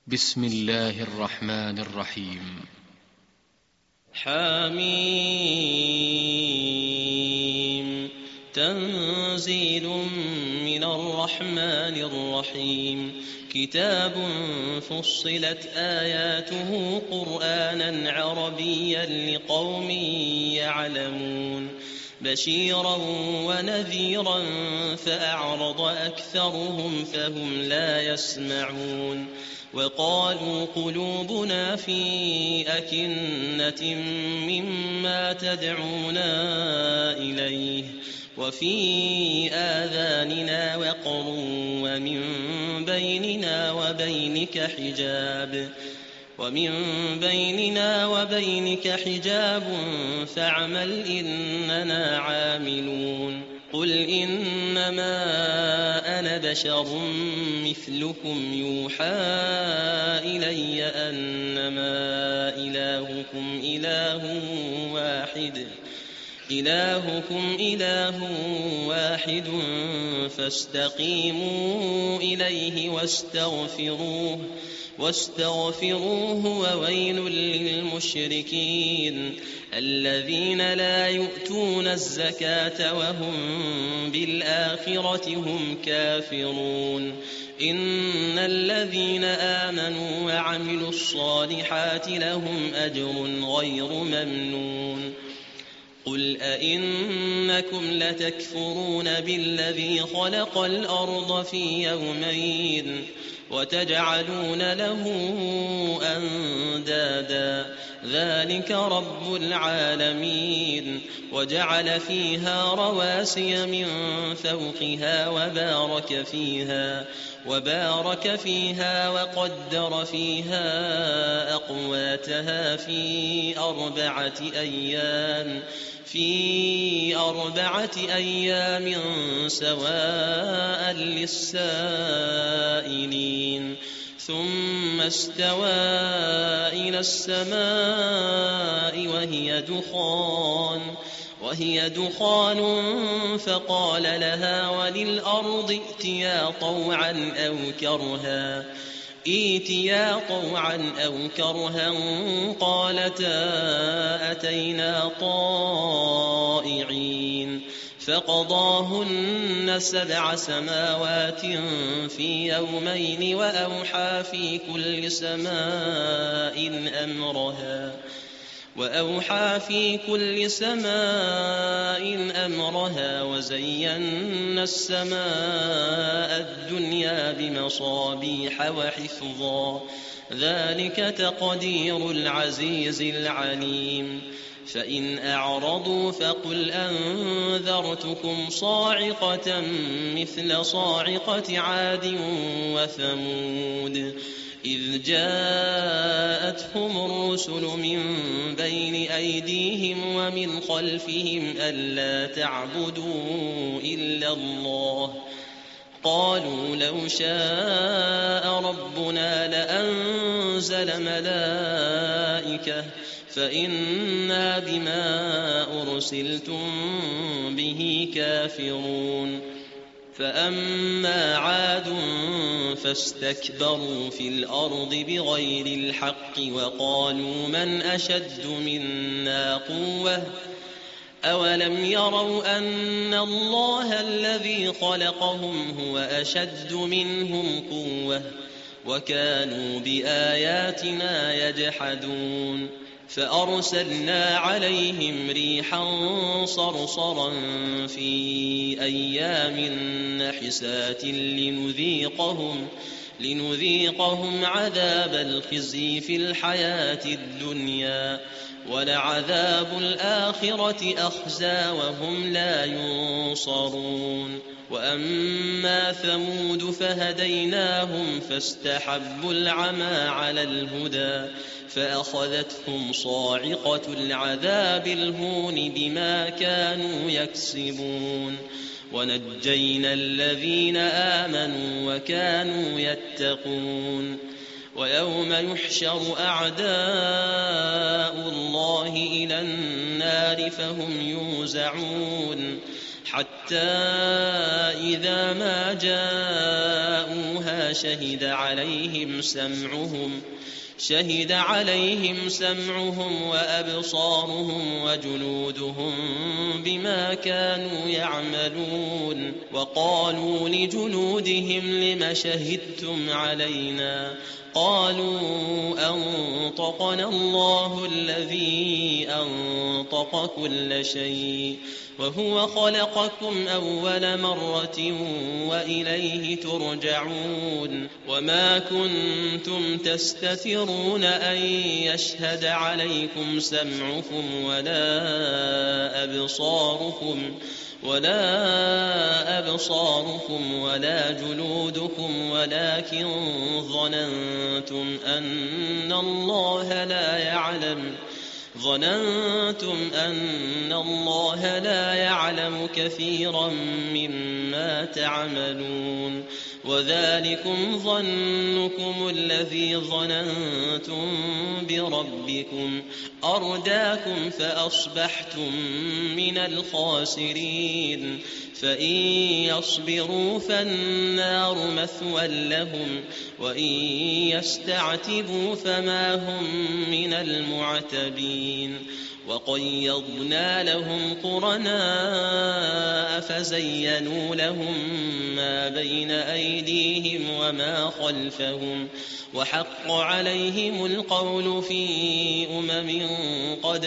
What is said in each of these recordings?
بسم الله الرحمن الرحيم. حميم. تنزيل من الرحمن الرحيم. كتاب فصلت آياته قرآنا عربيا لقوم يعلمون بشيرا ونذيرا فأعرض أكثرهم فهم لا يسمعون وقالوا قلوبنا في أكنة مما تدعونا إليه وفي آذاننا وقر ومن بيننا وبينك حجاب فاعمل إننا عاملون قل إنما أنا بشر مثلكم يوحى إلي أنما إلهكم إله واحد فاستقيموا إليه واستغفروه وويل للمشركين الذين لا يؤتون الزكاة وهم بالآخرة هم كافرون إن الذين آمنوا وعملوا الصالحات لهم أجر غير ممنون قل أئنكم لتكفرون بالذي خلق الأرض في يومين وتجعلون له أندادا ذلك رب العالمين وجعل فيها رواسي من فوقها وبارك فيها وقدر فيها أقواتها في أربعة أيام سواء للسائلين ثم استوى إلى السماء وهي دخان فقال لها وللأرض ائتيا طوعا أو كرها قالتا أتينا طائعين فقضاهن 7 سماوات في يومين وأوحى في كل سماء أمرها وزينا السماء الدنيا بمصابيح وحفظا ذلك تقدير العزيز العليم فإن أعرضوا فقل أنذرتكم صاعقة مثل صاعقة عاد وثمود إذ جاءتهم الرسل من بين أيديهم ومن خلفهم ألا تعبدوا إلا الله قالوا لو شاء ربنا لأنزل ملائكة فإنا بما أرسلتم به كافرون فأما عاد فاستكبروا في الأرض بغير الحق وقالوا من أشد منا قوة أولم يروا أن الله الذي خلقهم هو أشد منهم قوة وكانوا بآياتنا يجحدون فأرسلنا عليهم ريحا صرصرا في أيام نحسات لنذيقهم عذاب الخزي في الحياة الدنيا ولعذاب الآخرة أخزى وهم لا ينصرون وأما ثمود فهديناهم فاستحبوا العمى على الهدى فأخذتهم صاعقة العذاب الهون بما كانوا يكسبون ونجينا الذين آمنوا وكانوا يتقون ويوم يحشر أعداء الله إلى النار فهم يوزعون حتى إذا ما جاءوها إلا شهد عليهم سمعهم وأبصارهم وجلودهم بما كانوا يعملون. وقالوا لجلودهم لم شهدتم علينا؟ قالوا أنطقنا الله الذي أنطق كل شيء وهو خلقكم أول مرة وإليه ترجعون. وما كنتم تستترون أن يشهد عليكم سمعكم ولا أبصاركم ولا جلودكم ولكن ظننتم أن الله لا يعلم كثيرا مما تعملون. وذلكم ظنكم الذي ظننتم بربكم أرداكم فأصبحتم من الخاسرين. فإن يصبروا فالنار مثوى لهم وإن يستعتبوا فما هم من المعتبين. وقيضنا لهم قرناء فزينوا لهم ما بين أيديهم وما خلفهم وحق عليهم القول في قد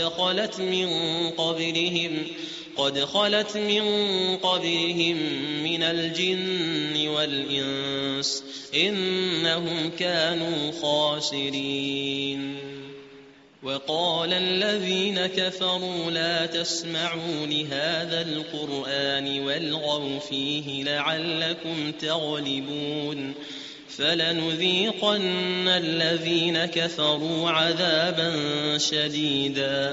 خلت من قبلهم من الجن والإنس إنهم كانوا خاسرين. وقال الذين كفروا لا تسمعوا لهذا القرآن والغوا فيه لعلكم تغلبون. فلنذيقن الذين كفروا عذابا شديدا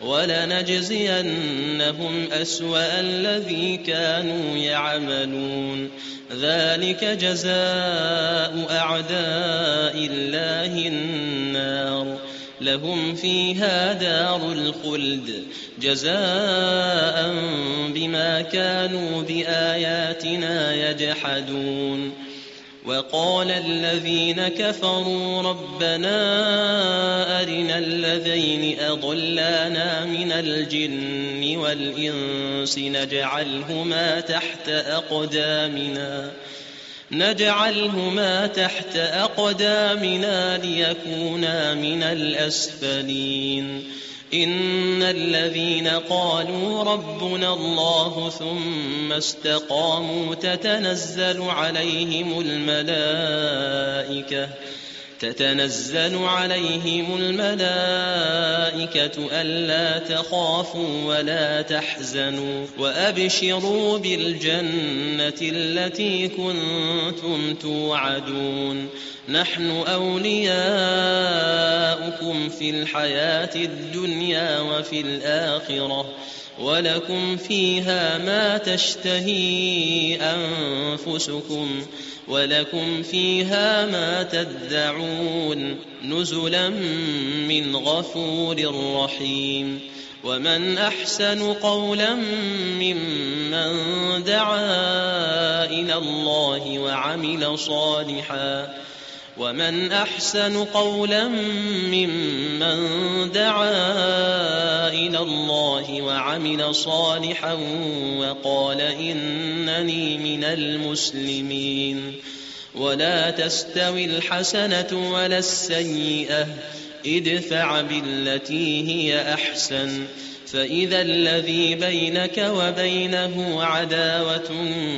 ولنجزينهم أسوأ الذي كانوا يعملون. ذلك جزاء أعداء الله النار لهم فيها دار الخلد جزاء بما كانوا بآياتنا يجحدون. وقال الذين كفروا ربنا أرنا الذين أضلانا من الجن والإنس نجعلهما تحت أقدامنا ليكونا من الأسفلين. إن الذين قالوا ربنا الله ثم استقاموا تتنزل عليهم الملائكة ألا تخافوا ولا تحزنوا وأبشروا بالجنة التي كنتم توعدون. نحن أولياؤكم في الحياة الدنيا وفي الآخرة ولكم فيها ما تشتهي أنفسكم ولكم فيها ما تدعون نزلا من غفور رحيم. ومن أحسن قولا ممن دعا إلى الله وعمل صالحا وقال إنني من المسلمين. ولا تستوي الحسنة ولا السيئة ادفع بالتي هي أحسن فإذا الذي بينك وبينه عداوة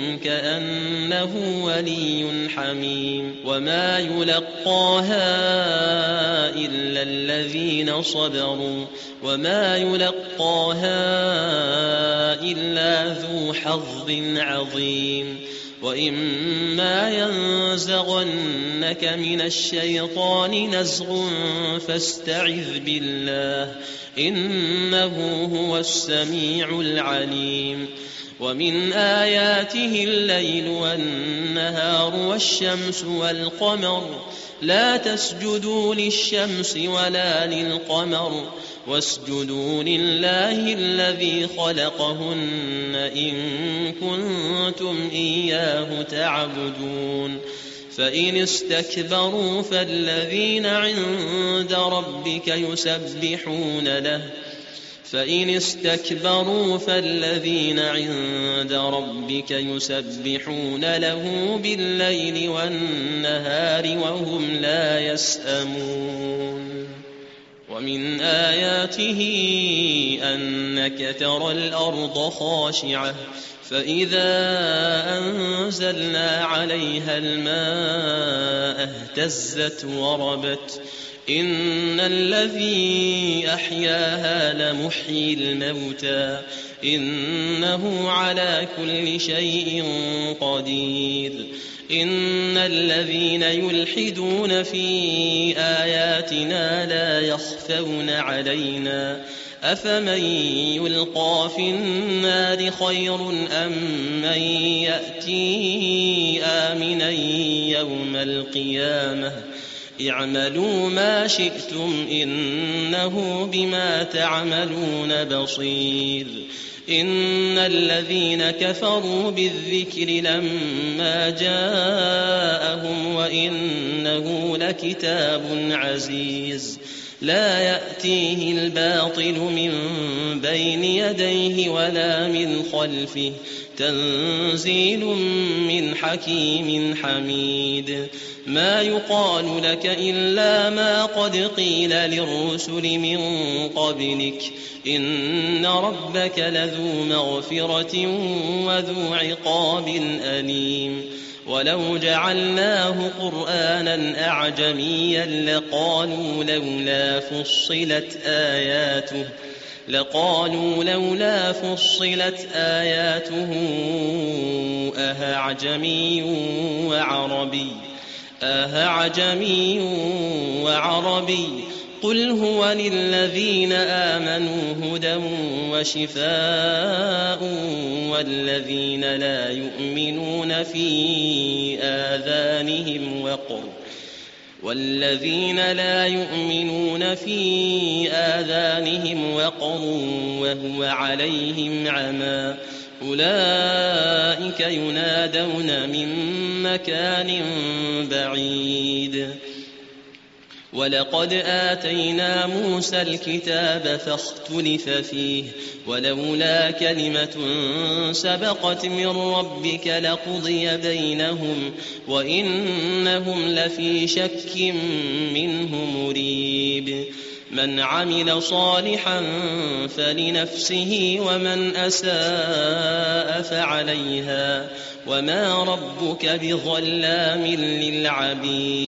كأنه ولي حميم. وما يلقاها إلا الذين صبروا وما يلقاها إلا ذو حظ عظيم. وإما ينزغنك من الشيطان نزغ فاستعذ بالله إنه هو السميع العليم. ومن آياته الليل والنهار والشمس والقمر لا تسجدوا للشمس ولا للقمر واسجدوا لله الذي خلقهن إن كنتم إياه تعبدون. فإن استكبروا فالذين عند ربك يسبحون له بالليل والنهار وهم لا يسأمون ومن آياته أنك ترى الأرض خاشعة فإذا أنزلنا عليها الماء اهتزت وربت إن الذي أحياها لمحيي الموتى إنه على كل شيء قدير إن الذين يلحدون في آياتنا لا يخفون علينا أفمن يلقى في النار خير أم من يأتي آمنا يوم القيامة اعملوا ما شئتم إنه بما تعملون بصير إن الذين كفروا بالذكر لما جاءهم وإنه لكتاب عزيز لا يأتيه الباطل من بين يديه ولا من خلفه تنزيل من حكيم حميد ما يقال لك إلا ما قد قيل للرسل من قبلك إن ربك لذو مغفرة وذو عقاب أليم ولو جعلناه قرآنا أعجميا لقالوا لولا فصلت آياته أهعجمي وعربي قل هو للذين آمنوا هدى وشفاء والذين لا يؤمنون في آذانهم وقر وهو عليهم عمى أولئك ينادون من مكان بعيد ولقد آتينا موسى الكتاب فاختلف فيه ولولا كلمة سبقت من ربك لقضي بينهم وإنهم لفي شك منه مريب من عمل صالحا فلنفسه ومن أساء فعليها وما ربك بظلام للعبيد